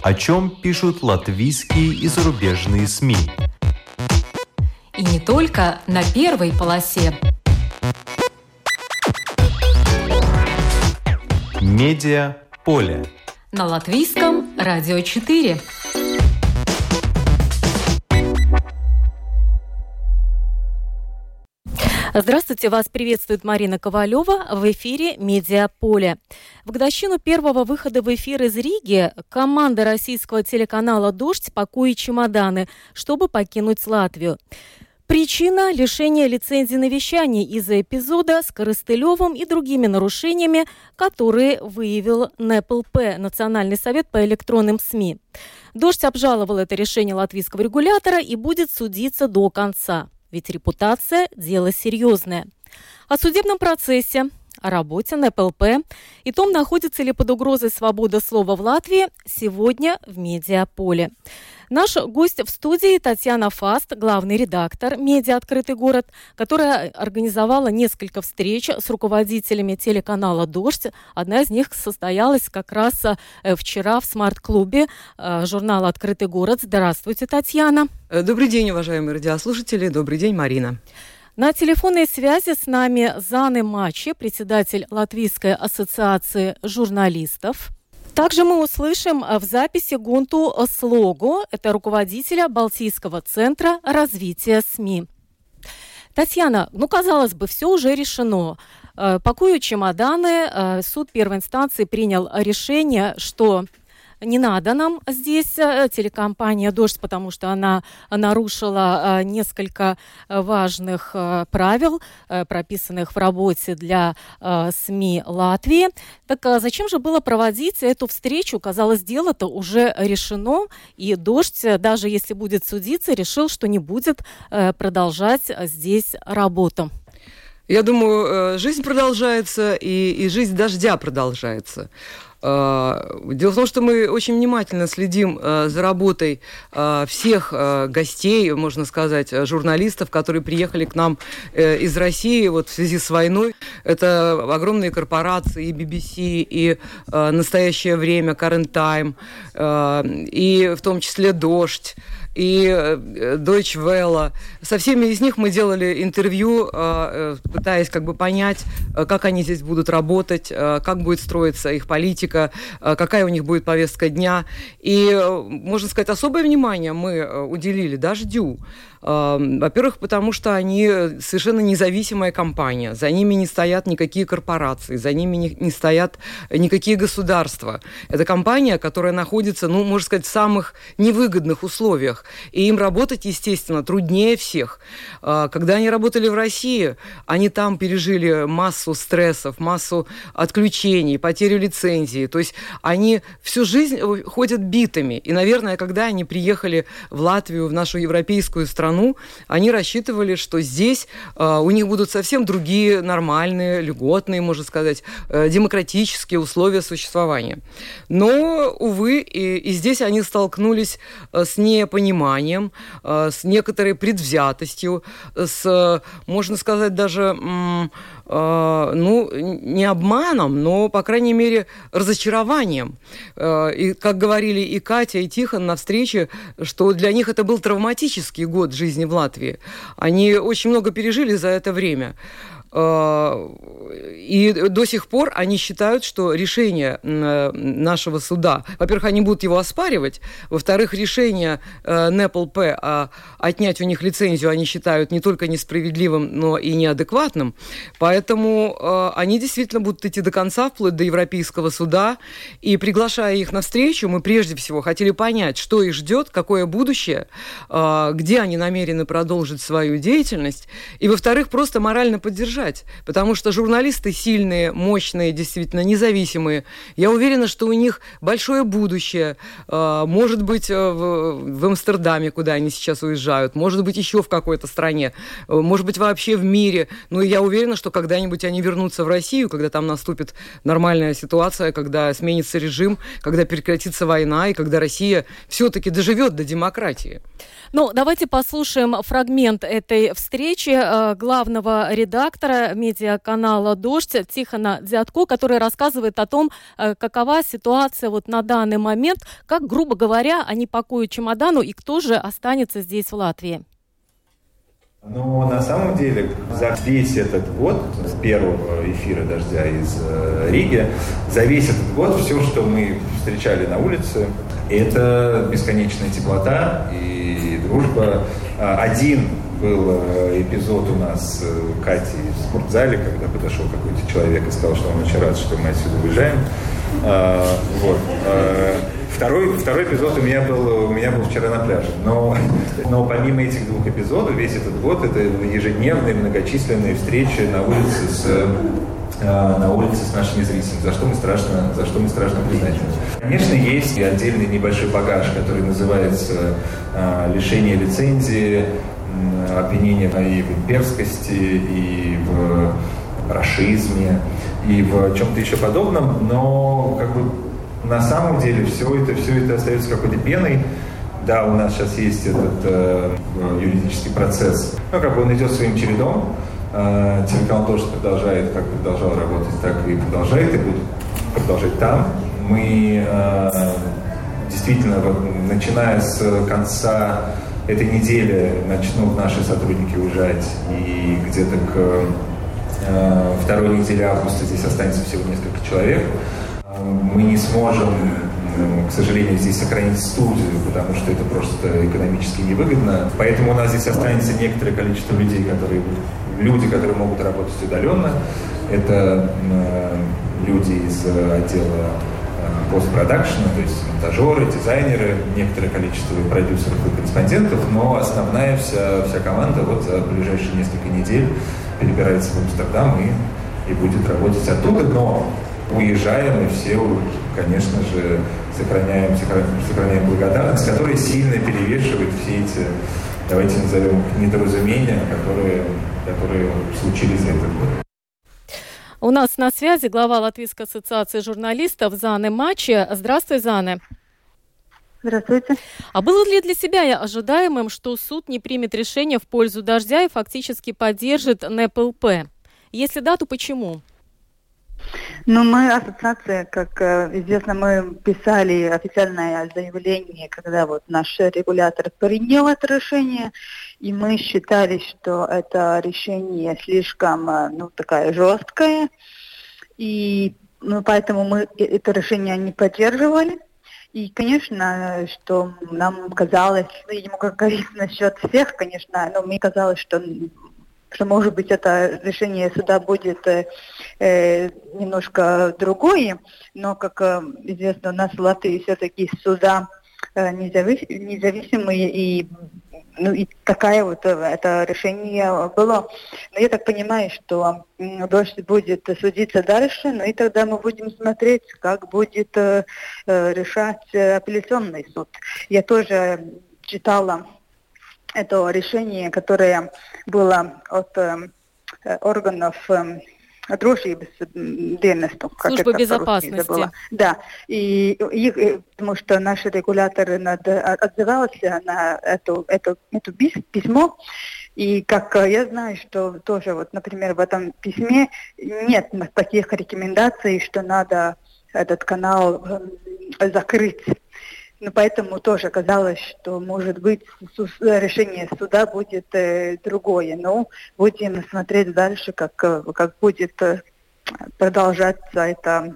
О чем пишут латвийские и зарубежные СМИ. И не только на первой полосе. Медиаполе. На Латвийском радио 4. Здравствуйте, вас приветствует Марина Ковалева в эфире «Медиаполе». В годовщину первого выхода в эфир из Риги команда российского телеканала «Дождь» пакует чемоданы, чтобы покинуть Латвию. Причина – лишение лицензии на вещание из-за эпизода с Корыстылевым и другими нарушениями, которые выявил НЭПЛП – Национальный совет по электронным СМИ. «Дождь» обжаловал это решение латвийского регулятора и будет судиться до конца. Ведь репутация – дело серьезное. О судебном процессе, о работе НЭПЛП и том, находится ли под угрозой свобода слова в Латвии, сегодня в «Медиаполе». Наш гость в студии Татьяна Фаст, главный редактор медиа «Открытый город», которая организовала несколько встреч с руководителями телеканала «Дождь». Одна из них состоялась как раз вчера в смарт-клубе журнала «Открытый город». Здравствуйте, Татьяна. Добрый день, уважаемые радиослушатели. Добрый день, Марина. На телефонной связи с нами Заны Мачи, председатель Латвийской ассоциации журналистов. Также мы услышим в записи Гунту Слогу, это руководителя Балтийского центра развития СМИ. Татьяна, казалось бы, все уже решено. Пакуют чемоданы. Суд первой инстанции принял решение, что не надо нам здесь телекомпания «Дождь», потому что она нарушила несколько важных правил, прописанных в работе для СМИ Латвии. Так зачем же было проводить эту встречу? Казалось, дело-то уже решено, и «Дождь», даже если будет судиться, решил, что не будет продолжать здесь работу. Я думаю, жизнь продолжается, и жизнь «Дождя» продолжается. Дело в том, что мы очень внимательно следим за работой всех гостей, можно сказать, журналистов, которые приехали к нам из России в связи с войной. Это огромные корпорации, и BBC, и «Настоящее время», Current Time, и в том числе «Дождь», и Deutsche Welle. Со всеми из них мы делали интервью, пытаясь понять, как они здесь будут работать, как будет строиться их политика, какая у них будет повестка дня. И, можно сказать, особое внимание мы уделили «Дождю». Во-первых, потому что они совершенно независимая компания. За ними не стоят никакие корпорации, за ними не стоят никакие государства. Это компания, которая находится, можно сказать, в самых невыгодных условиях. И им работать, естественно, труднее всех. Когда они работали в России, они там пережили массу стрессов, массу отключений, потерю лицензии. То есть они всю жизнь ходят битыми. И, наверное, когда они приехали в Латвию, в нашу европейскую страну, они рассчитывали, что здесь у них будут совсем другие нормальные, льготные, можно сказать, демократические условия существования. Но, увы, и здесь они столкнулись с непониманием, с некоторой предвзятостью, с, можно сказать, даже не обманом, но, по крайней мере, разочарованием. И, как говорили и Катя, и Тихон на встрече, что для них это был травматический год жизни в Латвии. Они очень много пережили за это время. И до сих пор они считают, что решение нашего суда, во-первых, они будут его оспаривать, во-вторых, решение НЭПЛП отнять у них лицензию они считают не только несправедливым, но и неадекватным. Поэтому они действительно будут идти до конца, вплоть до Европейского суда. И приглашая их на встречу, мы прежде всего хотели понять, что их ждет, какое будущее, где они намерены продолжить свою деятельность. И, во-вторых, просто морально поддержать. Потому что журналисты сильные, мощные, действительно независимые. Я уверена, что у них большое будущее. Может быть, в Амстердаме, куда они сейчас уезжают. Может быть, еще в какой-то стране. Может быть, вообще в мире. Но я уверена, что когда-нибудь они вернутся в Россию, когда там наступит нормальная ситуация, когда сменится режим, когда прекратится война, и когда Россия все-таки доживет до демократии. Давайте послушаем фрагмент этой встречи главного редактора редактора медиаканала «Дождь» Тихона Дзятко, который рассказывает о том, какова ситуация вот на данный момент, как, грубо говоря, они пакуют чемодану и кто же останется здесь, в Латвии. Но на самом деле за весь этот год, с первого эфира «Дождя» из Риги, за весь этот год все, что мы встречали на улице, это бесконечная теплота и дружба. Один был эпизод у нас Кати в спортзале, когда подошел какой-то человек и сказал, что он очень рад, что мы отсюда уезжаем. Второй эпизод у меня был вчера на пляже. Но помимо этих двух эпизодов, весь этот год это ежедневные многочисленные встречи на улице с нашими зрителями, за что мы страшно признательны. Конечно, есть и отдельный небольшой багаж, который называется лишение лицензии, обвинение и в имперскости, и в рашизме, и в чем-то еще подобном, но на самом деле все это остается какой-то пеной. Да, у нас сейчас есть этот юридический процесс, он идет своим чередом. Телеканал «Дождь» продолжает, как продолжал работать, так и продолжает, и будет продолжать там. Мы действительно, начиная с конца этой недели, начнут наши сотрудники уезжать, и где-то к второй неделе августа здесь останется всего несколько человек. Мы не сможем, к сожалению, здесь сохранить студию, потому что это просто экономически невыгодно. Поэтому у нас здесь останется некоторое количество людей, которые могут работать удаленно. Это люди из отдела постпродакшена, то есть монтажеры, дизайнеры, некоторое количество продюсеров и корреспондентов, но основная вся команда за ближайшие несколько недель перебирается в Амстердам и будет работать оттуда, но уезжаем и все, конечно же, сохраняем благодарность, которая сильно перевешивает все эти, давайте назовем их, недоразумения, которые случились за этот год. У нас на связи глава Латвийской ассоциации журналистов Зане Мачи. Здравствуй, Зане. Здравствуйте. А было ли для себя ожидаемым, что суд не примет решение в пользу «Дождя» и фактически поддержит НПЛП? Если да, то почему? Мы ассоциация, как известно, мы писали официальное заявление, когда наш регулятор принял это решение, и мы считали, что это решение слишком, такое жесткое, и поэтому мы это решение не поддерживали. И, конечно, что нам казалось, я не могу говорить насчет всех, конечно, но мне казалось, что может быть, это решение суда будет немножко другое, но, как известно, у нас в Латвии все-таки суда независимые, и такое это решение было. Но я так понимаю, что «Дождь» будет судиться дальше, и тогда мы будем смотреть, как будет решать апелляционный суд. Я тоже читала это решение, которое было от органов дружбы dienestu, службы безопасности. Да, потому что наш регулятор отзывался на это письмо, и как я знаю, что тоже например, в этом письме нет таких рекомендаций, что надо этот канал закрыть. Поэтому тоже казалось, что, может быть, решение суда будет другое. Но будем смотреть дальше, как будет продолжаться это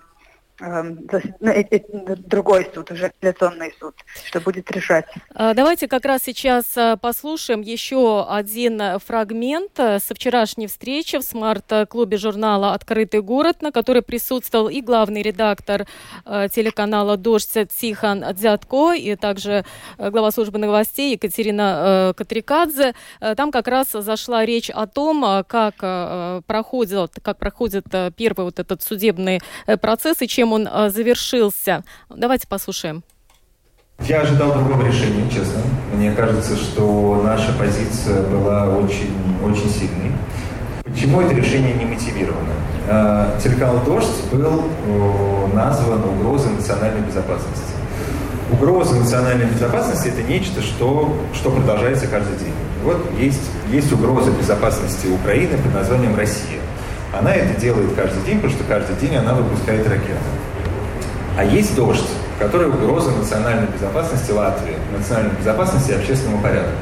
другой суд, уже апелляционный суд, что будет решать. Давайте как раз сейчас послушаем еще один фрагмент со вчерашней встречи в смарт-клубе журнала «Открытый город», на которой присутствовал и главный редактор телеканала «Дождь» Тихон Дзятко, и также глава службы новостей Екатерина Катрикадзе. Там как раз зашла речь о том, как проходит первый этот судебный процесс и чем он завершился. Давайте послушаем. Я ожидал другого решения, честно. Мне кажется, что наша позиция была очень, очень сильной. Почему это решение не мотивировано? Телеканал «Дождь» был назван угрозой национальной безопасности. Угроза национальной безопасности – это нечто, что продолжается каждый день. Есть угроза безопасности Украины под названием Россия. Она это делает каждый день, потому что каждый день она выпускает ракеты. А есть «Дождь», который угроза национальной безопасности Латвии, национальной безопасности и общественному порядку.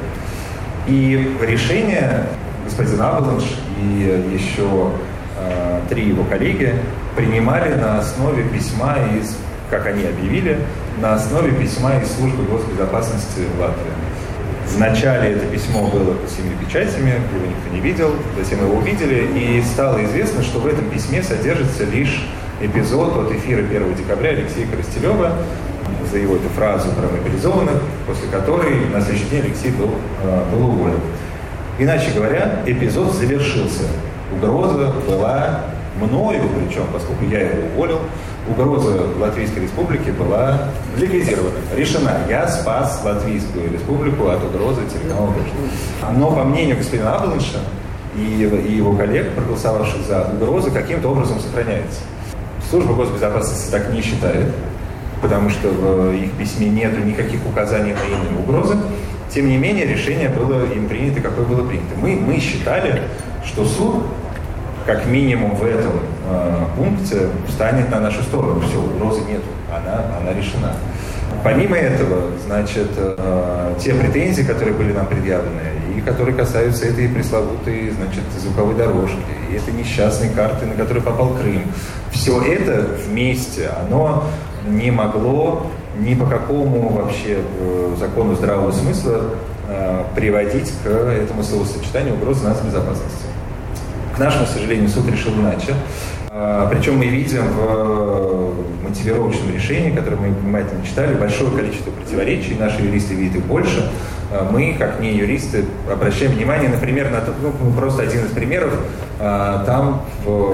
И решение господин Абаланш и еще 3 его коллеги принимали на основе письма из, как они объявили, на основе письма из службы госбезопасности Латвии. Вначале это письмо было под 7 печатями, его никто не видел, затем его увидели, и стало известно, что в этом письме содержится лишь эпизод от эфира 1 декабря Алексея Коростелева за его эту фразу про мобилизованных, после которой на следующий день Алексей был уволен. Иначе говоря, эпизод завершился. Угроза была мною, причем, поскольку я его уволил, угроза Латвийской Республики была ликвидирована, решена. Я спас Латвийскую Республику от угрозы телеканала «Дождь». Но, по мнению господина Абаланша и его коллег, проголосовавших за, угроза каким-то образом сохраняется. Служба госбезопасности так не считает, потому что в их письме нет никаких указаний на иные угрозы. Тем не менее, решение было им принято, какое было принято. Мы считали, что суд, как минимум в этом пункте, встанет на нашу сторону. Все, угрозы нету, она решена. Помимо этого, значит, те претензии, которые были нам предъявлены, и которые касаются этой пресловутой, значит, звуковой дорожки, и этой несчастной карты, на которую попал Крым, все это вместе, оно не могло ни по какому вообще закону здравого смысла приводить к этому словосочетанию угрозы нацбезопасности. К нашему сожалению, суд решил иначе. Причем мы видим в мотивировочном решении, которое мы внимательно читали, большое количество противоречий. Наши юристы видят их больше. Мы, как не юристы, обращаем внимание, например, на то, просто один из примеров. Там в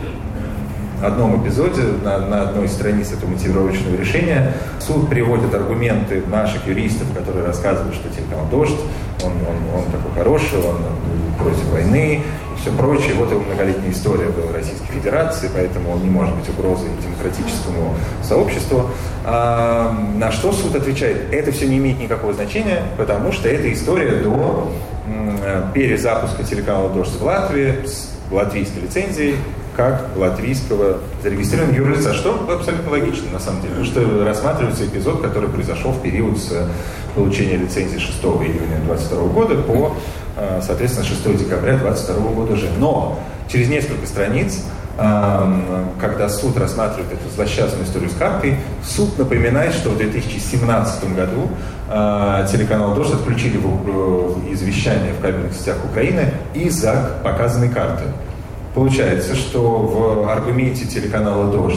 одном эпизоде, на одной из страниц этого мотивировочного решения, суд приводит аргументы наших юристов, которые рассказывают, что телеканал «Дождь», он такой хороший, он против войны и все прочее. Вот его многолетняя история была Российской Федерации, поэтому он не может быть угрозой демократическому сообществу. На что суд отвечает: это все не имеет никакого значения, потому что это история до перезапуска телеканала «Дождь» в Латвии с латвийской лицензией, как латвийского зарегистрированного юрлица, что абсолютно логично, на самом деле, потому что рассматривается эпизод, который произошел в период с получения лицензии 6 июня 2022 года по, соответственно, 6 декабря 2022 года уже. Но через несколько страниц, когда суд рассматривает эту злосчастную историю с картой, суд напоминает, что в 2017 году телеканал «Дождь» отключили из вещания в кабельных сетях Украины из-за показанной карты. Получается, что в аргументе телеканала «Дождь»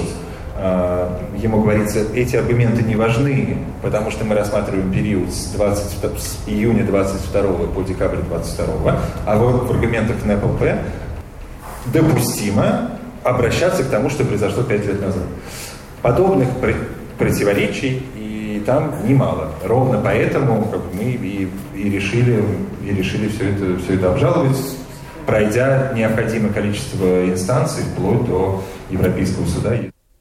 ему говорится, эти аргументы не важны, потому что мы рассматриваем период с июня 22 по декабрь 22, а в аргументах НПЛП допустимо обращаться к тому, что произошло 5 лет назад. Подобных противоречий и там немало. Ровно поэтому мы и решили все это обжаловать, пройдя необходимое количество инстанций, вплоть до Европейского суда.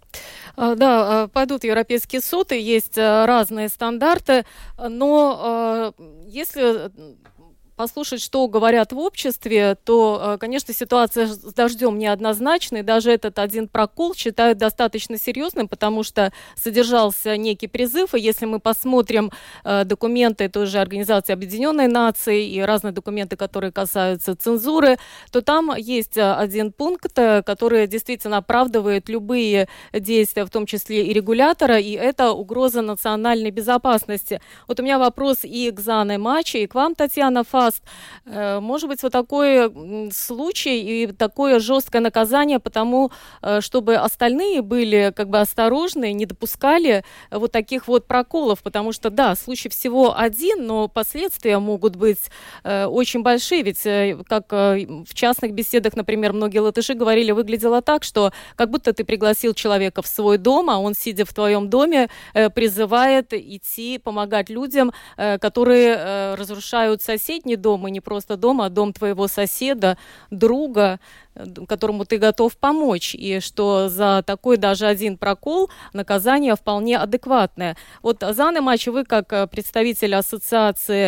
Да, пойдут в Европейский суд, и есть разные стандарты, но если послушать, что говорят в обществе, то, конечно, ситуация с «Дождем» неоднозначная. Даже этот один прокол считают достаточно серьезным, потому что содержался некий призыв. И если мы посмотрим документы той же Организации Объединенной Нации и разные документы, которые касаются цензуры, то там есть один пункт, который действительно оправдывает любые действия, в том числе и регулятора, и это угроза национальной безопасности. Вот у меня вопрос и к Зане Мачи, и к вам, Татьяна Фас. Может быть, вот такой случай и такое жесткое наказание, потому чтобы остальные были как бы осторожны, не допускали вот таких вот проколов, потому что, да, случай всего один, но последствия могут быть очень большие, ведь как в частных беседах, например, многие латыши говорили, выглядело так, что как будто ты пригласил человека в свой дом, а он, сидя в твоем доме, призывает идти помогать людям, которые разрушают соседний дом, и не просто дом, а дом твоего соседа, друга, которому ты готов помочь, и что за такой даже один прокол наказание вполне адекватное. Вот, Зане Мачи, вы как представитель ассоциации,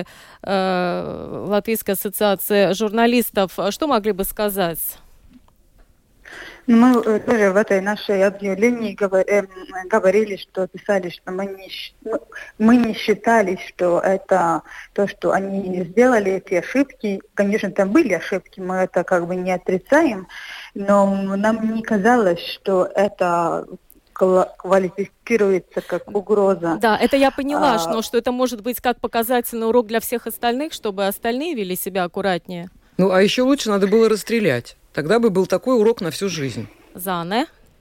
Латвийской ассоциации журналистов, что могли бы сказать? Мы тоже в этой нашей объявлении говорили, что писали, что мы не считали, что это то, что они сделали, эти ошибки. Конечно, там были ошибки, мы это как бы не отрицаем, но нам не казалось, что это квалифицируется как угроза. Да, это я поняла, что это может быть как показательный урок для всех остальных, чтобы остальные вели себя аккуратнее. Ну, а еще лучше надо было расстрелять. Тогда бы был такой урок на всю жизнь. Зане?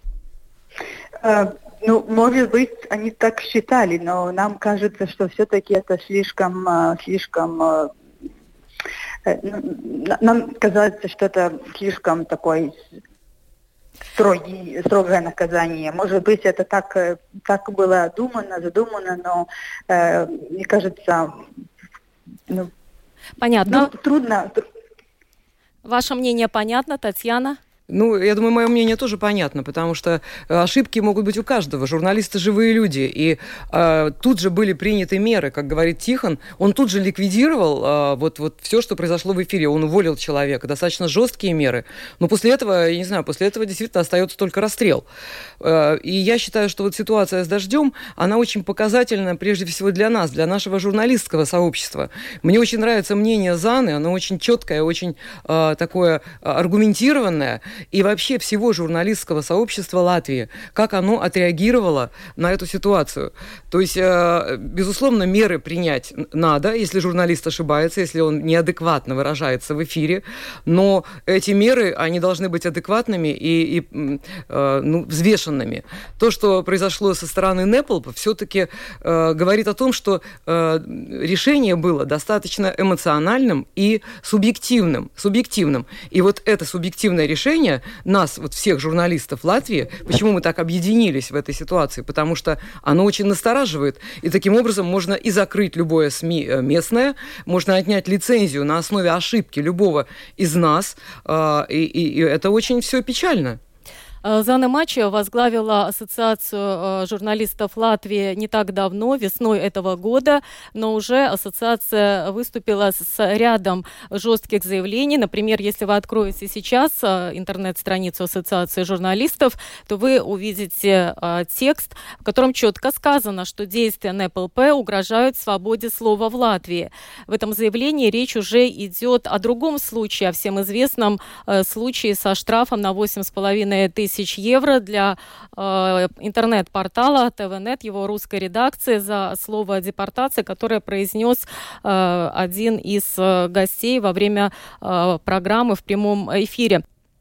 Может быть, они так считали, но нам кажется, что все-таки это слишком... Нам кажется, что это слишком такой строгое наказание. Может быть, это так было задумано, но мне кажется... Понятно. Трудно... Ваше мнение понятно, Татьяна? Я думаю, мое мнение тоже понятно, потому что ошибки могут быть у каждого. Журналисты – живые люди. И тут же были приняты меры, как говорит Тихон. Он тут же ликвидировал вот все, что произошло в эфире. Он уволил человека. Достаточно жесткие меры. Но после этого, я не знаю, действительно остается только расстрел. И я считаю, что вот ситуация с «Дождем», она очень показательна прежде всего для нас, для нашего журналистского сообщества. Мне очень нравится мнение Заны. Оно очень четкое, очень такое аргументированное. И вообще всего журналистского сообщества Латвии, как оно отреагировало на эту ситуацию. То есть, безусловно, меры принять надо, если журналист ошибается, если он неадекватно выражается в эфире, но эти меры, они должны быть адекватными и взвешенными. То, что произошло со стороны Непл, все-таки говорит о том, что решение было достаточно эмоциональным и субъективным. И вот это субъективное решение нас, вот всех журналистов Латвии, почему мы так объединились в этой ситуации? Потому что оно очень настораживает. И таким образом можно и закрыть любое СМИ местное, можно отнять лицензию на основе ошибки любого из нас. И это очень все печально. Зана Мачо возглавила Ассоциацию журналистов Латвии не так давно, весной этого года, но уже ассоциация выступила с рядом жестких заявлений. Например, если вы откроете сейчас интернет-страницу Ассоциации журналистов, то вы увидите текст, в котором четко сказано, что действия НПЛП угрожают свободе слова в Латвии. В этом заявлении речь уже идет о другом случае, о всем известном случае со штрафом на 8,5 тысяч евро для интернет-портала ТВ.нет, его русской редакции, за слово «депортация», которое произнес один из гостей во время программы в прямом эфире.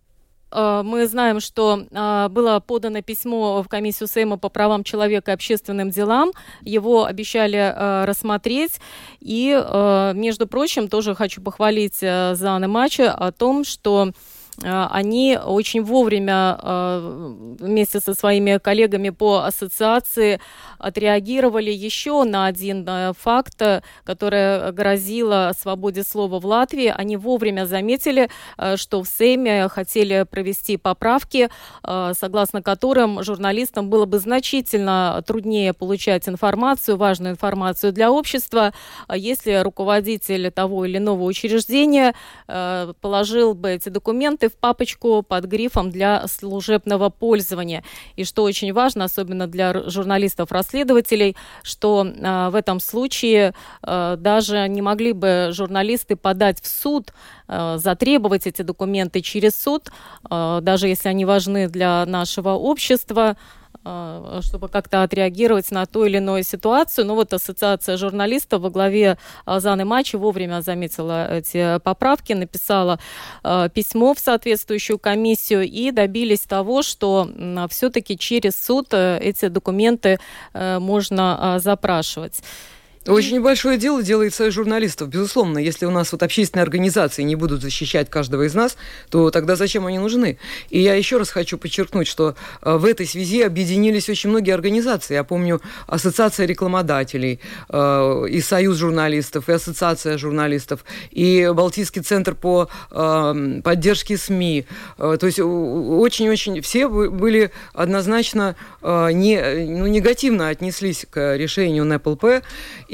Мы знаем, что было подано письмо в комиссию Сейма по правам человека и общественным делам. Его обещали рассмотреть. И, между прочим, тоже хочу похвалить Зану Мачо о том, что они очень вовремя вместе со своими коллегами по ассоциации отреагировали еще на один факт, который грозил свободе слова в Латвии. Они вовремя заметили, что в Сейме хотели провести поправки, согласно которым журналистам было бы значительно труднее получать информацию, важную информацию для общества, если руководитель того или иного учреждения положил бы эти документы в папочку под грифом «для служебного пользования». И что очень важно, особенно для журналистов-расследователей, что в этом случае даже не могли бы журналисты подать в суд, затребовать эти документы через суд, даже если они важны для нашего общества, чтобы как-то отреагировать на ту или иную ситуацию. Но вот Ассоциация журналистов во главе Заны Мачо вовремя заметила эти поправки, написала письмо в соответствующую комиссию и добились того, что все-таки через суд эти документы можно запрашивать. Очень большое дело делает Союз журналистов. Безусловно, если у нас вот общественные организации не будут защищать каждого из нас, то тогда зачем они нужны? И я еще раз хочу подчеркнуть, что в этой связи объединились очень многие организации. Я помню Ассоциация рекламодателей, и Союз журналистов, и Ассоциация журналистов, и Балтийский центр по поддержке СМИ. То есть очень-очень все были однозначно негативно отнеслись к решению НПЛП.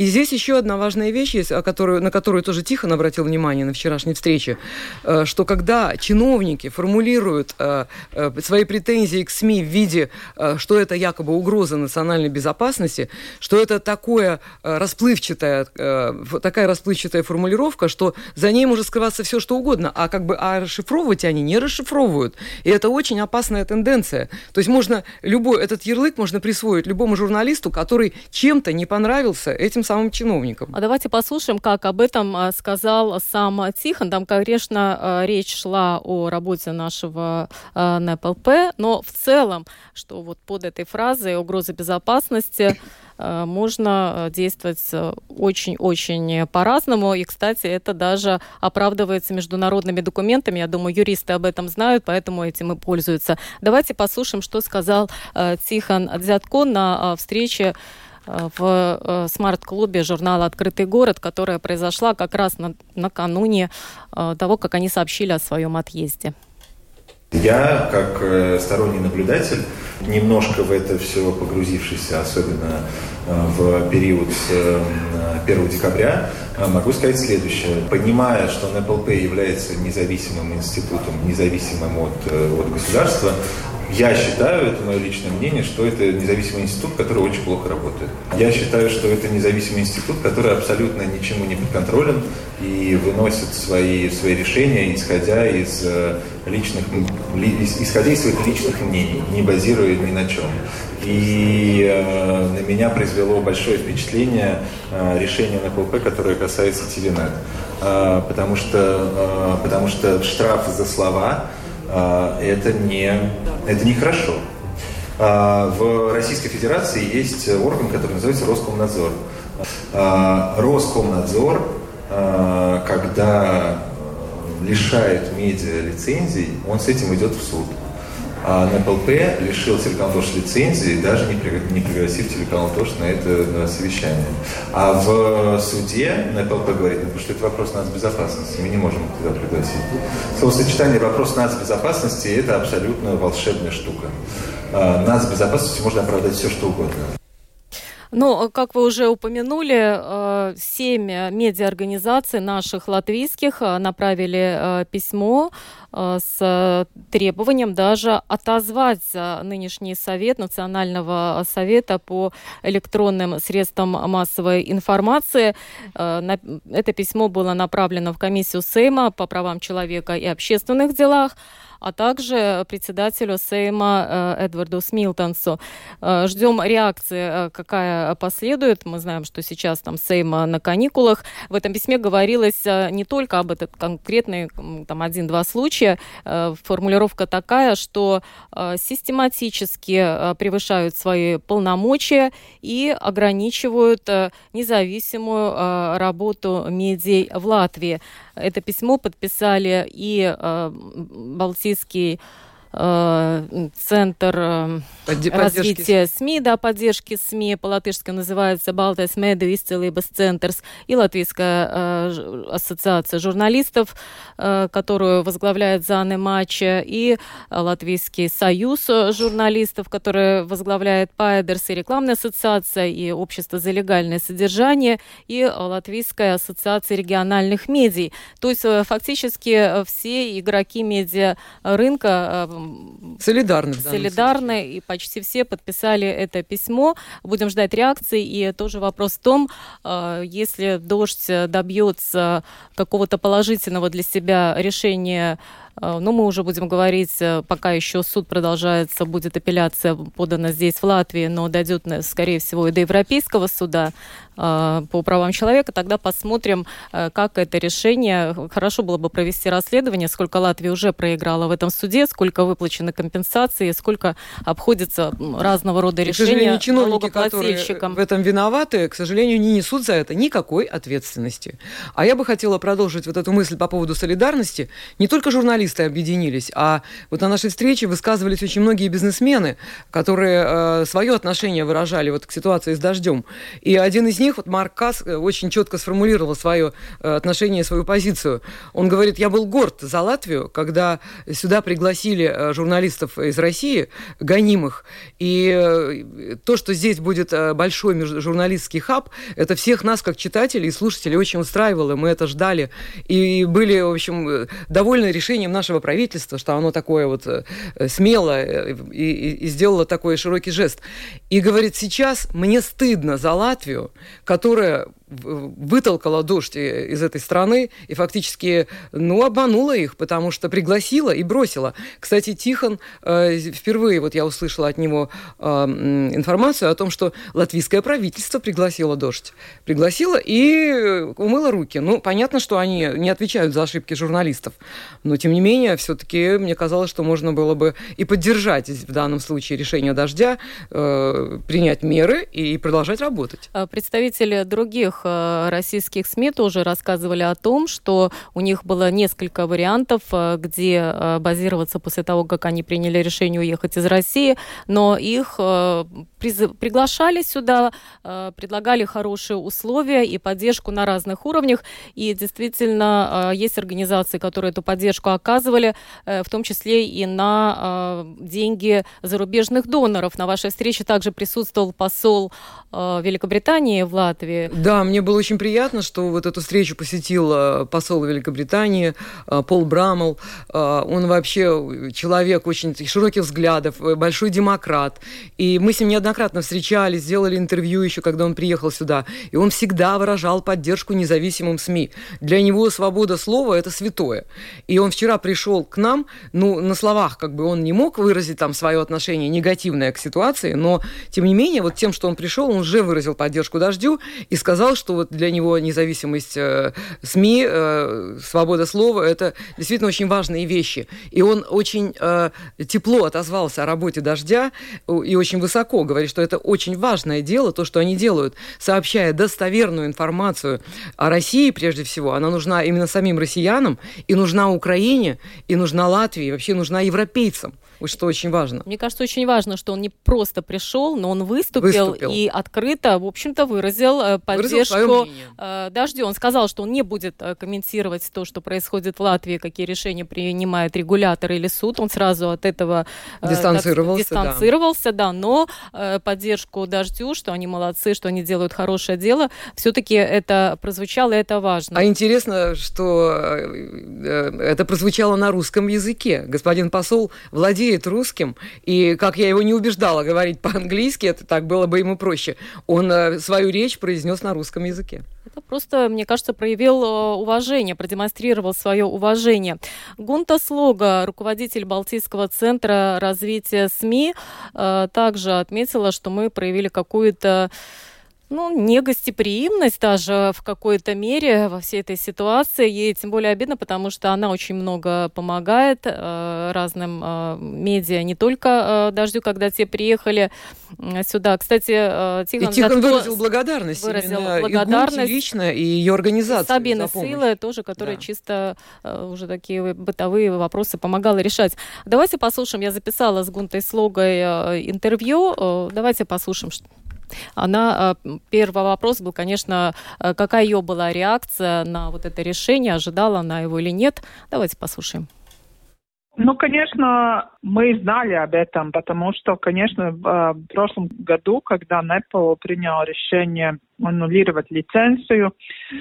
И здесь еще одна важная вещь есть, на которую тоже Тихон обратил внимание на вчерашней встрече, что когда чиновники формулируют свои претензии к СМИ в виде, что это якобы угроза национальной безопасности, что это такая расплывчатая формулировка, что за ней может скрываться все, что угодно, а расшифровывать они не расшифровывают. И это очень опасная тенденция. То есть этот ярлык можно присвоить любому журналисту, который чем-то не понравился этим самым чиновникам. А давайте послушаем, как об этом сказал сам Тихон. Там, конечно, речь шла о работе нашего НПЛП, но в целом, что вот под этой фразой «угроза безопасности» можно действовать очень-очень по-разному. И, кстати, это даже оправдывается международными документами. Я думаю, юристы об этом знают, поэтому этим и пользуются. Давайте послушаем, что сказал Тихон Дзятко на встрече в смарт-клубе журнала «Открытый город», которая произошла как раз накануне того, как они сообщили о своем отъезде. Я, как сторонний наблюдатель, немножко в это все погрузившийся, особенно в период с 1 декабря, могу сказать следующее. Понимая, что НПЛП является независимым институтом, независимым от государства, я считаю, это мое личное мнение, что это независимый институт, который очень плохо работает. Я считаю, что это независимый институт, который абсолютно ничему не подконтролен и выносит свои решения, исходя из своих личных мнений, не базируя ни на чем. И на меня произвело большое впечатление решение НПЛП, которое касается ТВНет. Потому что штраф за слова это нехорошо. В Российской Федерации есть орган, который называется Роскомнадзор. Роскомнадзор, когда лишает медиа лицензий, он с этим идет в суд. А НПЛП лишил телеканал «Дождь» лицензии, даже не пригласив телеканал «Дождь» на это совещание. А в суде НПЛП говорит, потому что это вопрос нацбезопасности, мы не можем туда пригласить. Словосочетание «вопрос нацбезопасности» – это абсолютно волшебная штука. Нацбезопасностью можно оправдать все, что угодно. Ну, как вы уже упомянули, 7 медиаорганизаций наших латвийских направили письмо с требованием даже отозвать нынешний совет Национального совета по электронным средствам массовой информации. Это письмо было направлено в комиссию Сейма по правам человека и общественных делах, а также председателю Сейма Эдварду Смилтонсу. Ждем реакции, какая последует. Мы знаем, что сейчас там Сейм на каникулах. В этом письме говорилось не только об этом конкретный 1-2 случая. Формулировка такая, что систематически превышают свои полномочия и ограничивают независимую работу медиа в Латвии. Это письмо подписали и Балтийский Центр развития СМИ, поддержки СМИ, по-латышски называется Baltais Mediju izcīlības центрс, и Латвийская ассоциация журналистов, которую возглавляет Зане Мача, и Латвийский союз журналистов, который возглавляет Пайдерс, и рекламная ассоциация, и общество за легальное содержание, и Латвийская ассоциация региональных медий. То есть фактически все игроки медиарынка солидарны, и почти все подписали это письмо. Будем ждать реакции. И тоже вопрос в том, если «Дождь» добьется какого-то положительного для себя решения, мы уже будем говорить, пока еще суд продолжается, будет апелляция подана здесь, в Латвии, но дойдет, скорее всего, и до Европейского суда по правам человека, тогда посмотрим, как это решение. Хорошо было бы провести расследование, сколько Латвия уже проиграла в этом суде, сколько выплачено компенсации, сколько обходится разного рода решения налогоплательщикам. В этом виноваты, к сожалению, не несут за это никакой ответственности. А я бы хотела продолжить вот эту мысль по поводу солидарности. Не только журналисты журналисты объединились, а вот на нашей встрече высказывались очень многие бизнесмены, которые свое отношение выражали вот к ситуации с дождем. И один из них, вот Марк Касс, очень четко сформулировал свое отношение, свою позицию. Он говорит: я был горд за Латвию, когда сюда пригласили журналистов из России, гонимых, и то, что здесь будет большой журналистский хаб, это всех нас, как читателей и слушателей, очень устраивало, мы это ждали, и были, в общем, довольны решением нашего правительства, что оно такое вот смелое и сделало такой широкий жест. И говорит: сейчас мне стыдно за Латвию, которая вытолкала дождь из этой страны и фактически, обманула их, потому что пригласила и бросила. Кстати, Тихон, впервые вот я услышала от него информацию о том, что латвийское правительство пригласило дождь. Пригласило и умыло руки. Понятно, что они не отвечают за ошибки журналистов, но, тем не менее, все-таки мне казалось, что можно было бы и поддержать в данном случае решение дождя, принять меры и продолжать работать. Представители других российских СМИ тоже рассказывали о том, что у них было несколько вариантов, где базироваться после того, как они приняли решение уехать из России, но их приглашали сюда, предлагали хорошие условия и поддержку на разных уровнях, и действительно есть организации, которые эту поддержку оказывали, в том числе и на деньги зарубежных доноров. На вашей встрече также присутствовал посол Великобритании в Латвии. Да, мне было очень приятно, что вот эту встречу посетил посол Великобритании Пол Браммел. Он вообще человек очень широких взглядов, большой демократ. И мы с ним неоднократно встречались, сделали интервью еще, когда он приехал сюда. И он всегда выражал поддержку независимым СМИ. Для него свобода слова – это святое. И он вчера пришел к нам, на словах он не мог выразить там свое отношение негативное к ситуации, но, тем не менее, вот тем, что он пришел, он уже выразил поддержку дождю и сказал, что вот для него независимость СМИ, свобода слова – это действительно очень важные вещи. И он очень тепло отозвался о работе «Дождя» и очень высоко говорит, что это очень важное дело, то, что они делают, сообщая достоверную информацию о России, прежде всего. Она нужна именно самим россиянам, и нужна Украине, и нужна Латвии, и вообще нужна европейцам. Вот что очень важно. Мне кажется, очень важно, что он не просто пришел, но он выступил. И открыто, в общем-то, выразил поддержку дождю. Он сказал, что он не будет комментировать то, что происходит в Латвии, какие решения принимает регулятор или суд. Он сразу от этого дистанцировался, но поддержку дождю, что они молодцы, что они делают хорошее дело, все-таки это прозвучало, и это важно. А интересно, что это прозвучало на русском языке. Господин посол владеет русским, и как я его не убеждала говорить по-английски, это так было бы ему проще, он свою речь произнес на русском языке. Это просто, мне кажется, проявил уважение, продемонстрировал свое уважение. Гунта Слога, руководитель Балтийского центра развития СМИ, также отметила, что мы проявили какую-то негостеприимность даже в какой-то мере во всей этой ситуации. Ей тем более обидно, потому что она очень много помогает разным медиа, не только «Дождю», когда те приехали сюда. Кстати, Тихон выразил благодарность. И Гунте лично, и ее организации. Сабина Сила тоже, которая чисто уже такие бытовые вопросы помогала решать. Давайте послушаем. Я записала с Гунтой Слогой интервью. Давайте послушаем, что... Первый вопрос был, конечно, какая ее была реакция на вот это решение, ожидала она его или нет. Давайте послушаем. Конечно, мы знали об этом, потому что, конечно, в прошлом году, когда Nepal принял решение аннулировать лицензию,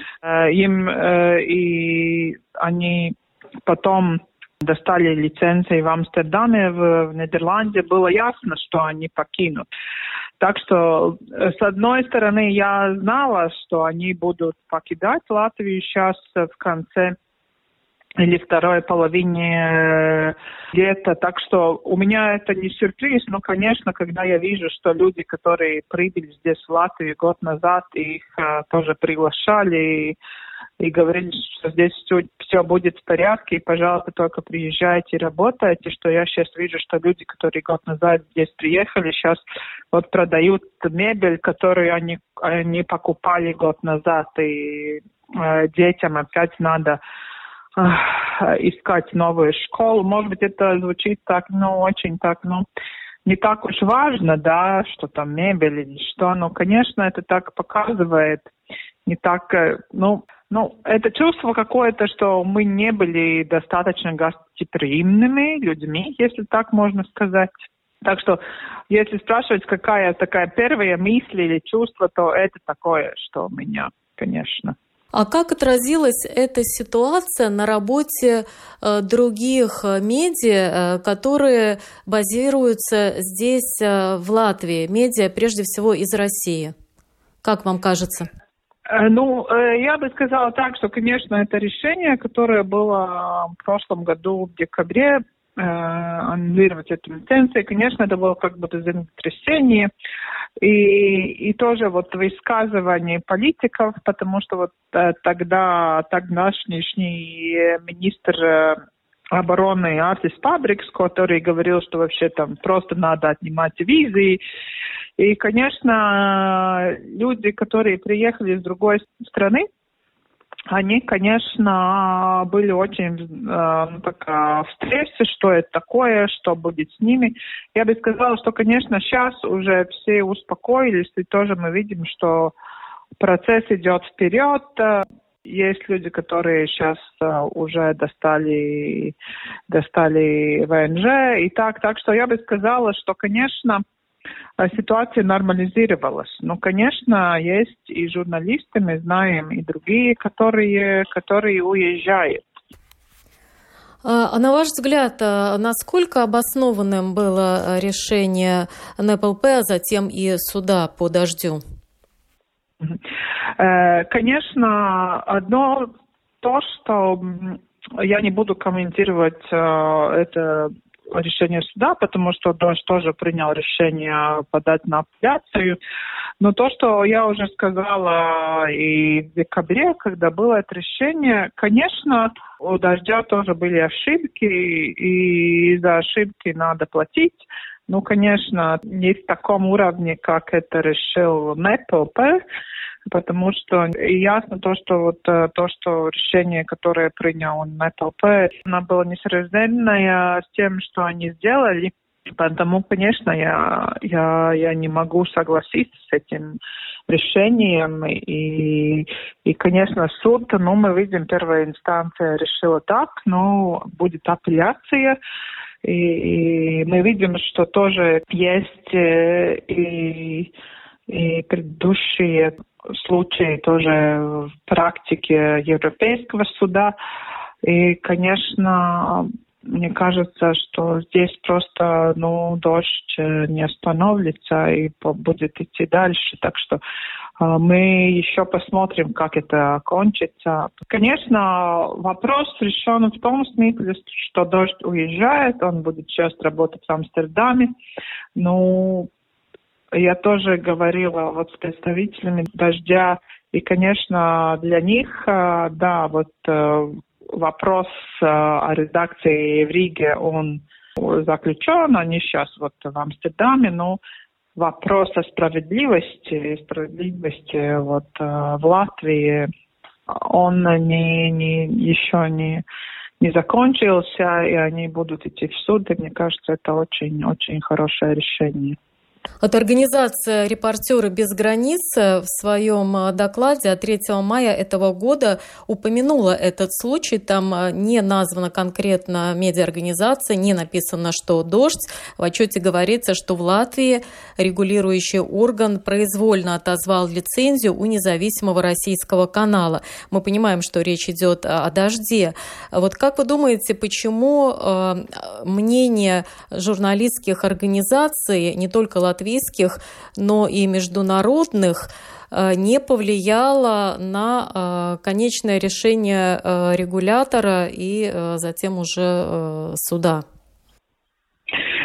и они потом достали лицензии в Амстердаме, в Нидерланде, было ясно, что они покинут. Так что, с одной стороны, я знала, что они будут покидать Латвию сейчас в конце или второй половине лета. Так что у меня это не сюрприз, но, конечно, когда я вижу, что люди, которые прибыли здесь в Латвию год назад, их тоже приглашали и говорили, что здесь все будет в порядке, и, пожалуйста, только приезжайте и работайте, что я сейчас вижу, что люди, которые год назад здесь приехали, сейчас продают мебель, которую они покупали год назад, и детям опять надо искать новую школу. Может быть, это звучит так, очень так, не так уж важно, да, что там мебель или что, но, конечно, это так показывает, не так, это чувство какое-то, что мы не были достаточно гостеприимными людьми, если так можно сказать. Так что, если спрашивать, какая такая первая мысль или чувство, то это такое, что у меня, конечно. А как отразилась эта ситуация на работе других медиа, которые базируются здесь, в Латвии? Медиа, прежде всего, из России. Как вам кажется? Я бы сказала так, что, конечно, это решение, которое было в прошлом году в декабре, аннулировать эту лицензию, конечно, это было как будто землетрясение. И тоже вот высказывание политиков, потому что вот тогда нынешний министр обороны Артис Пабрикс, который говорил, что вообще там просто надо отнимать визы. И, конечно, люди, которые приехали из другой страны, они, конечно, были очень в стрессе, что это такое, что будет с ними. Я бы сказала, что, конечно, сейчас уже все успокоились, и тоже мы видим, что процесс идет вперед. Есть люди, которые сейчас уже достали ВНЖ и так что я бы сказала, что, конечно, ситуация нормализировалась. Но, конечно, есть и журналисты, мы знаем, и другие, которые уезжают. А на ваш взгляд, насколько обоснованным было решение НПЛП, а затем и суда по дождю? Конечно, одно то, что я не буду комментировать это решение суда, потому что Дождь тоже принял решение подать на апелляцию. Но то, что я уже сказала и в декабре, когда было это решение, конечно, у Дождя тоже были ошибки, и за ошибки надо платить. Ну, конечно, не в таком уровне, как это решил НПЛП, потому что ясно то, что решение, которое принял НПЛП, оно было несоразмерное с тем, что они сделали. Поэтому, конечно, я не могу согласиться с этим решением. И конечно, суд, мы видим, первая инстанция решила так, но будет апелляция. И мы видим, что тоже есть и предыдущие случаи тоже в практике Европейского суда. И, конечно, мне кажется, что здесь просто, дождь не остановится и будет идти дальше. Так что мы еще посмотрим, как это кончится. Конечно, вопрос решен в том смысле, что Дождь уезжает, он будет сейчас работать в Амстердаме. Я тоже говорила с представителями Дождя, и, конечно, для них, вопрос о редакции в Риге, он заключен, они сейчас в Амстердаме, но вопрос о справедливости в Латвии, он еще не закончился, и они будут идти в суд, и мне кажется, это очень-очень хорошее решение. Вот организация «Репортеры без границ» в своем докладе от 3 мая этого года упомянула этот случай. Там не названа конкретно медиаорганизация, не написано, что «Дождь». В отчете говорится, что в Латвии регулирующий орган произвольно отозвал лицензию у независимого российского канала. Мы понимаем, что речь идет о «Дожде». Вот как вы думаете, почему мнение журналистских организаций, не только латвийских, но и международных, не повлияло на конечное решение регулятора и затем уже суда?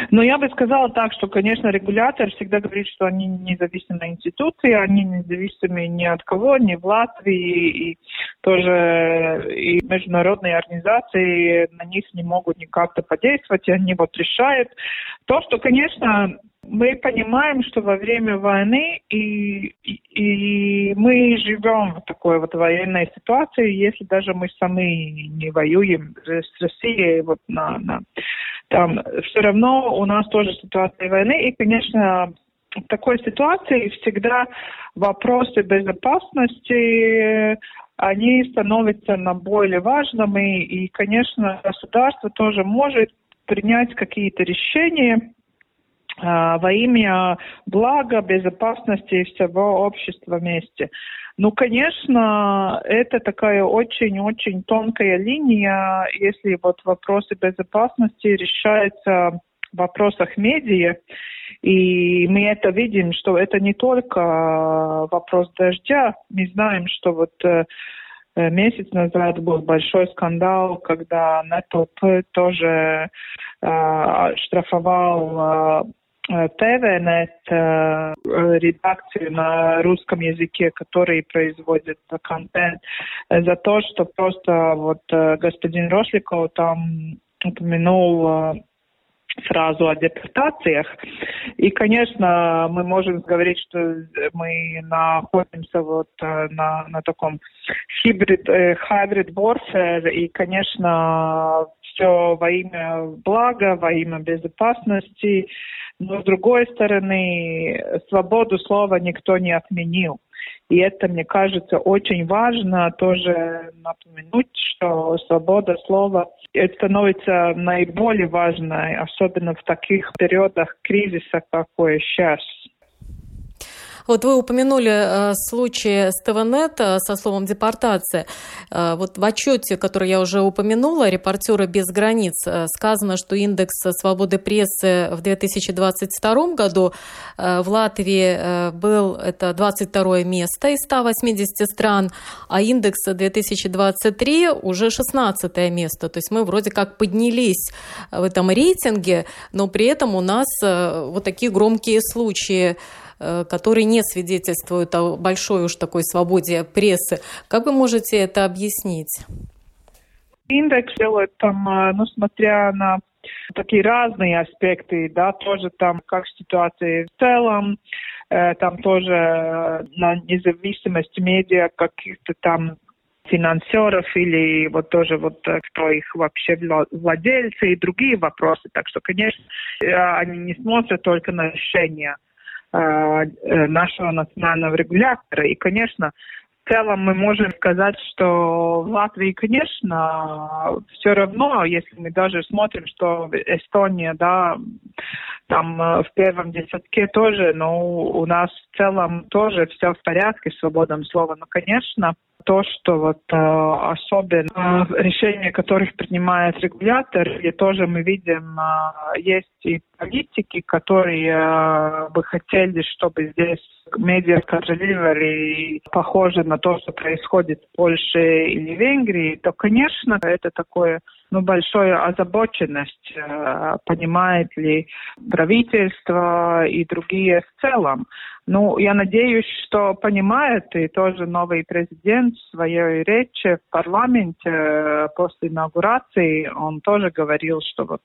Но я бы сказала так, что, конечно, регулятор всегда говорит, что они независимые институции, они независимы ни от кого, ни в Латвии, и тоже и международные организации на них не могут никак-то подействовать, и они вот решают. То, что, конечно, мы понимаем, что во время войны и мы живем в такой вот военной ситуации, если даже мы сами не воюем с Россией, вот там все равно у нас тоже ситуация войны, и, конечно, в такой ситуации всегда вопросы безопасности, они становятся более важными, и, конечно, государство тоже может принять какие-то решения во имя блага, безопасности всего общества вместе. Ну, конечно, это такая очень-очень тонкая линия, если вот вопросы безопасности решаются в вопросах медиа, и мы это видим, что это не только вопрос дождя. Мы знаем, что вот месяц назад был большой скандал, когда НЭТОП тоже штрафовал ТВНет, редакцию на русском языке, который производит контент, за то, что просто вот господин Рошликов там упомянул фразу о депортациях. И, конечно, мы можем говорить, что мы находимся вот на таком hybrid warfare, и, конечно, все во имя блага, во имя безопасности. Но, с другой стороны, свободу слова никто не отменил. И это, мне кажется, очень важно тоже напомянуть, что свобода слова становится наиболее важной, особенно в таких периодах кризиса, какой сейчас. Вот вы упомянули случай с ТВНет со словом «депортация». Вот в отчете, который я уже упомянула, «Репортеры без границ», сказано, что индекс свободы прессы в 2022 году в Латвии был это 22 место из 180 стран, а индекс 2023 уже 16 место. То есть мы вроде как поднялись в этом рейтинге, но при этом у нас вот такие громкие случаи, которые не свидетельствуют о большой уж такой свободе прессы. Как вы можете это объяснить? Индекс делает там, смотря на такие разные аспекты, да, тоже там как ситуация в целом, там тоже на независимость медиа каких-то там финансеров или вот тоже вот кто их вообще владельцы и другие вопросы. Так что, конечно, они не смотрят только на решения нашего национального регулятора. И, конечно, в целом мы можем сказать, что в Латвии, конечно, все равно, если мы даже смотрим, что Эстония, да, там в первом десятке тоже, но у нас в целом тоже все в порядке с свободой слова. Но, конечно, то, что вот особенно решения, которых принимает регулятор, и тоже мы видим, есть и политики, которые бы хотели, чтобы здесь медиа контролировали, похоже на то, что происходит в Польше или Венгрии, то, конечно, это такое большая озабоченность, понимает ли правительство и другие в целом. Ну, я надеюсь, что понимает, и тоже новый президент в своей речи в парламенте после инаугурации, он тоже говорил, что вот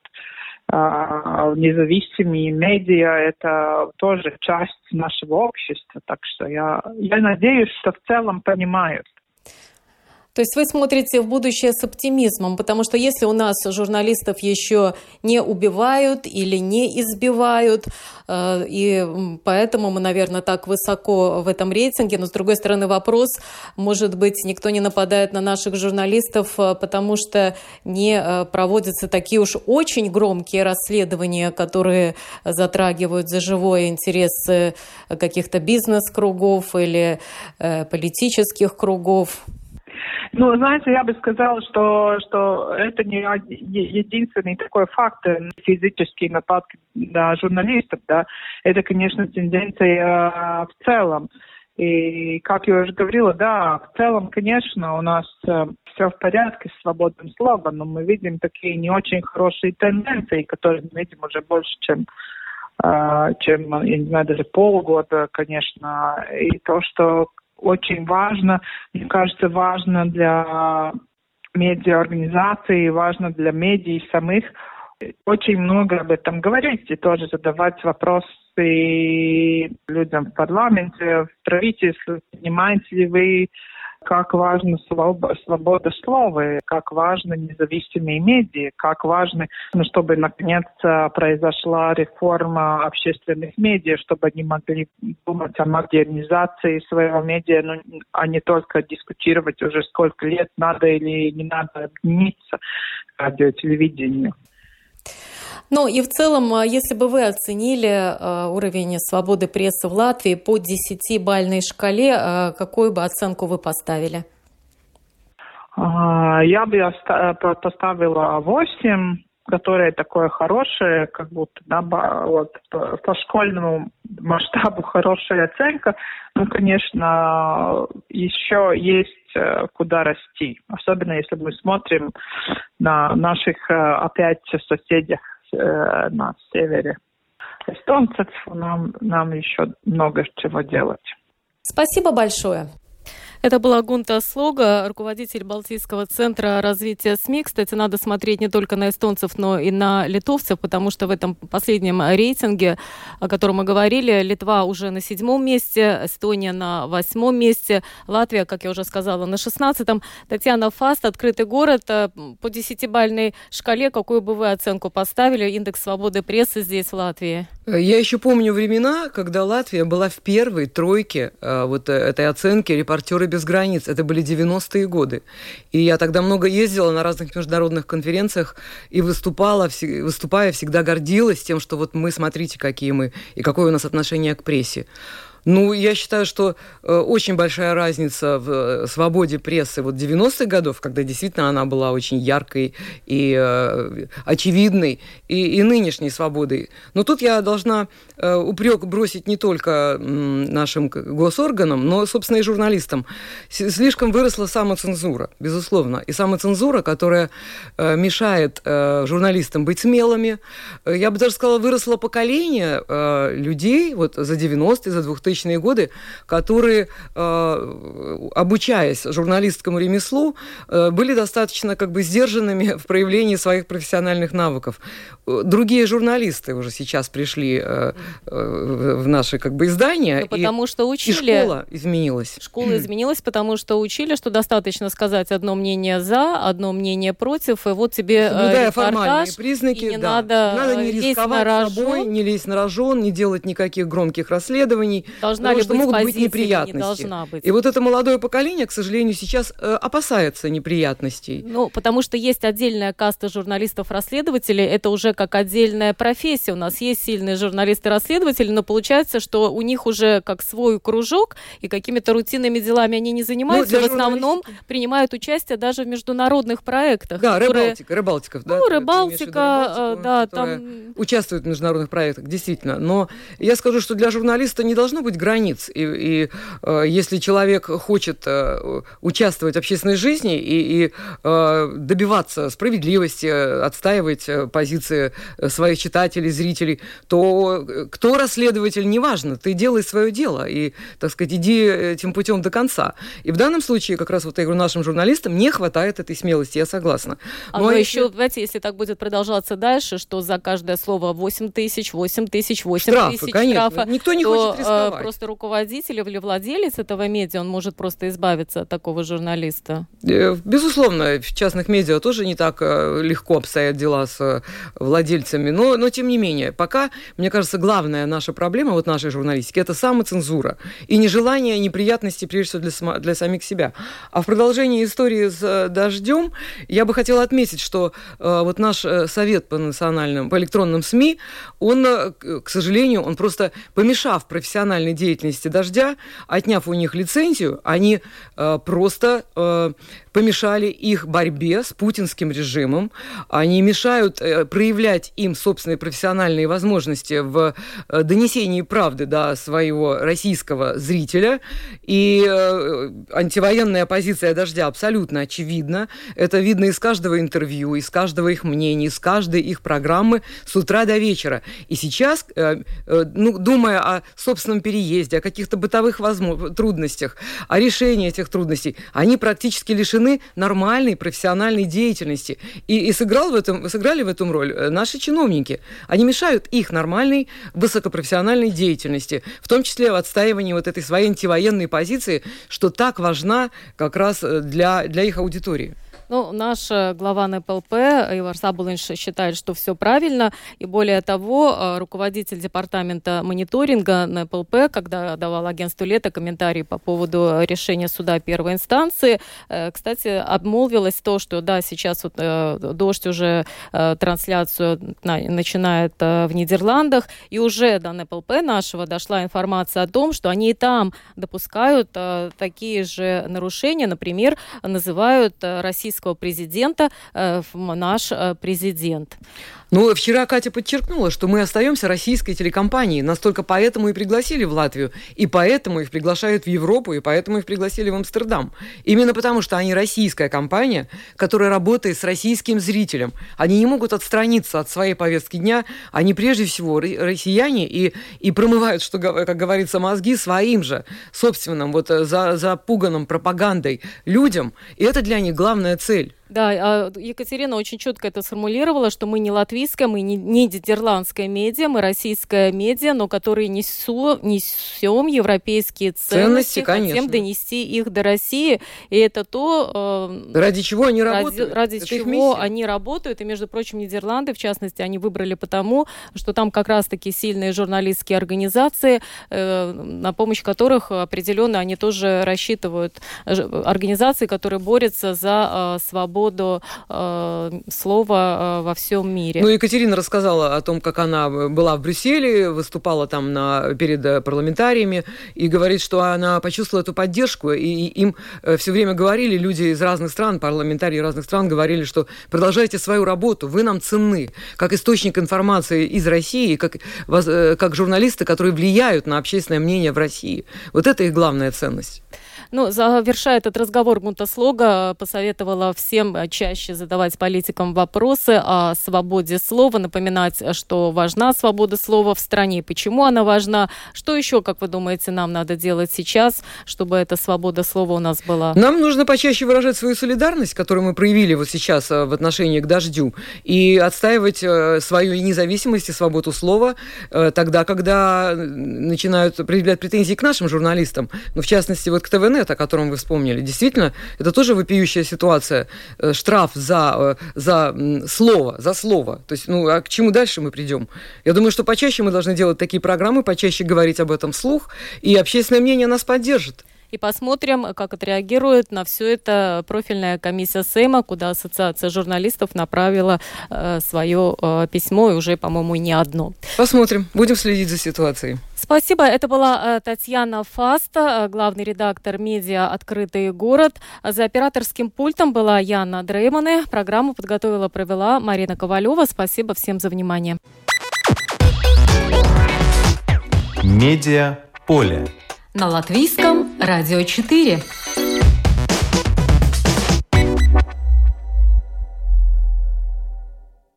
независимые медиа – это тоже часть нашего общества. Так что я надеюсь, что в целом понимают. То есть вы смотрите в будущее с оптимизмом, потому что если у нас журналистов еще не убивают или не избивают, и поэтому мы, наверное, так высоко в этом рейтинге, но, с другой стороны, вопрос, может быть, никто не нападает на наших журналистов, потому что не проводятся такие уж очень громкие расследования, которые затрагивают за живой интерес каких-то бизнес-кругов или политических кругов. Ну, знаете, я бы сказала, что это не единственный такой фактор физический напад на журналистов, да. Это, конечно, тенденция в целом. И, как я уже говорила, да, в целом, конечно, у нас все в порядке с свободным словом, но мы видим такие не очень хорошие тенденции, которые мы видим уже больше, чем я не знаю, даже полгода, конечно. И то, что очень важно, мне кажется, важно для медиаорганизаций, важно для медиа самих, очень много об этом говорить и тоже задавать вопросы людям в парламенте, в правительстве. Понимаете ли вы, как важна свобода слова, как важны независимые медиа, как важно, чтобы наконец произошла реформа общественных медиа, чтобы они могли думать о модернизации своего медиа, а не только дискутировать уже сколько лет надо или не надо объединиться радио и телевидению. Ну и в целом, если бы вы оценили уровень свободы прессы в Латвии по 10-бальной шкале, какую бы оценку вы поставили? Я бы поставила 8, которое такое хорошее, как будто по школьному масштабу хорошая оценка. Ну, конечно, еще есть куда расти. Особенно если мы смотрим на наших опять соседях на севере. Эстонцев нам еще много чего делать. Спасибо большое. Это была Гунта Слога, руководитель Балтийского центра развития СМИ. Кстати, надо смотреть не только на эстонцев, но и на литовцев, потому что в этом последнем рейтинге, о котором мы говорили, Литва уже на 7-м месте, Эстония на 8-м месте, Латвия, как я уже сказала, на 16-м. Татьяна Фаст, «Открытый город». По 10-бальной шкале какую бы вы оценку поставили? Индекс свободы прессы здесь, в Латвии. Я еще помню времена, когда Латвия была в первой тройке вот этой оценки «Репортеры без границ». Это были 90-е годы. И я тогда много ездила на разных международных конференциях и выступая, всегда гордилась тем, что вот мы, смотрите, какие мы и какое у нас отношение к прессе. Ну, я считаю, что очень большая разница в свободе прессы вот 90-х годов, когда действительно она была очень яркой и очевидной, и нынешней свободой. Но тут я должна упрек бросить не только нашим госорганам, но, собственно, и журналистам. Слишком выросла самоцензура, безусловно. И самоцензура, которая мешает журналистам быть смелыми. Я бы даже сказала, выросло поколение людей вот за 90-е, за 2000-е годы, которые, обучаясь журналистскому ремеслу, были достаточно как бы сдержанными в проявлении своих профессиональных навыков. Другие журналисты уже сейчас пришли в наши как бы издания, потому что учили, и школа изменилась. Школа изменилась, потому что учили, что достаточно сказать одно мнение за, одно мнение против, и вот тебе репортаж, признаки, и не надо не рисковать собой, не лезть на рожон, не делать никаких громких расследований. Должна ли быть могут быть позиция, неприятности. Не должна быть. И вот это молодое поколение, к сожалению, сейчас опасается неприятностей. Ну, потому что есть отдельная каста журналистов-расследователей, это уже как отдельная профессия. У нас есть сильные журналисты-расследователи, но получается, что у них уже как свой кружок, и какими-то рутинными делами они не занимаются, в основном принимают участие даже в международных проектах. Да, Рыбалтика. Ну, Рыбалтика, да, там... участвует в международных проектах, действительно. Но я скажу, что для журналиста не должно быть границ. И если человек хочет участвовать в общественной жизни и добиваться справедливости, отстаивать позиции своих читателей, зрителей, то кто расследователь, неважно, ты делай свое дело и, так сказать, иди этим путем до конца. И в данном случае, как раз вот я говорю, нашим журналистам не хватает этой смелости, я согласна. Но еще, знаете, если так будет продолжаться дальше, что за каждое слово 8 тысяч штрафа, никто не хочет рисковать. Просто руководитель или владелец этого медиа, он может просто избавиться от такого журналиста. Безусловно, в частных медиа тоже не так легко обстоят дела с владельцами, но тем не менее, пока, мне кажется, главная наша проблема, вот нашей журналистики, это самоцензура и нежелание неприятностей, прежде всего, для самих себя. А в продолжении истории с «Дождем» я бы хотела отметить, что вот наш совет по электронным СМИ, он, к сожалению, он просто, помешав профессиональной профессиональной деятельности «Дождя», отняв у них лицензию, они просто помешали их борьбе с путинским режимом, они мешают проявлять им собственные профессиональные возможности в донесении правды до своего российского зрителя, и антивоенная позиция «Дождя» абсолютно очевидна, это видно из каждого интервью, из каждого их мнения, из каждой их программы с утра до вечера. И сейчас, думая о собственном переезде, о каких-то бытовых трудностях, о решении этих трудностей, они практически лишены нормальной профессиональной деятельности. И сыграли в этом роль наши чиновники. Они мешают их нормальной высокопрофессиональной деятельности, в том числе в отстаивании вот этой своей антивоенной позиции, что так важна как раз для их аудитории. Наш глава НПЛП Ивар Сабулинш считает, что все правильно. И более того, руководитель департамента мониторинга НПЛП, когда давал агентству «Лето» комментарии по поводу решения суда первой инстанции, кстати, обмолвилась то, что да, сейчас вот «Дождь» уже трансляцию начинает в Нидерландах, и уже до НПЛП нашего дошла информация о том, что они и там допускают такие же нарушения, например, называют российского президента наш президент. Вчера Катя подчеркнула, что мы остаемся российской телекомпанией. Настолько поэтому и пригласили в Латвию, и поэтому их приглашают в Европу, и поэтому их пригласили в Амстердам. Именно потому, что они российская компания, которая работает с российским зрителем. Они не могут отстраниться от своей повестки дня. Они прежде всего россияне и промывают, что, как говорится, мозги своим же собственным, запуганным пропагандой людям. И это для них главная цель. Да, Екатерина очень четко это сформулировала, что мы не латвийская, мы не нидерландская медиа, мы российская медиа, но которые несем европейские ценности, хотим донести их до России. И это то, ради чего они работают. Ради чего они работают. И, между прочим, Нидерланды, в частности, они выбрали потому, что там как раз-таки сильные журналистские организации, на помощь которых определенно они тоже рассчитывают. Организации, которые борются за свободу слова во всем мире. Екатерина рассказала о том, как она была в Брюсселе, выступала там перед парламентариями и говорит, что она почувствовала эту поддержку, и им все время говорили, люди из разных стран, парламентарии разных стран говорили, что продолжайте свою работу, вы нам ценны, как источник информации из России, как журналисты, которые влияют на общественное мнение в России. Вот это их главная ценность. Завершая этот разговор, Гунтаслога посоветовала всем чаще задавать политикам вопросы о свободе слова, напоминать, что важна свобода слова в стране, почему она важна. Что еще, как вы думаете, нам надо делать сейчас, чтобы эта свобода слова у нас была? Нам нужно почаще выражать свою солидарность, которую мы проявили вот сейчас в отношении к «Дождю», и отстаивать свою независимость и свободу слова тогда, когда начинают предъявлять претензии к нашим журналистам, в частности, к ТВНет, о котором вы вспомнили. Действительно, это тоже вопиющая ситуация. Штраф за слово. То есть, а к чему дальше мы придем? Я думаю, что почаще мы должны делать такие программы, почаще говорить об этом вслух, и общественное мнение нас поддержит. И посмотрим, как отреагирует на все это профильная комиссия Сейма, куда Ассоциация журналистов направила свое письмо, и уже, по-моему, не одно. Посмотрим. Будем следить за ситуацией. Спасибо. Это была Татьяна Фаста, главный редактор медиа «Открытый город». За операторским пультом была Яна Дреймане. Программу подготовила, провела Марина Ковалева. Спасибо всем за внимание. Медиа поле. На Латвийском радио 4.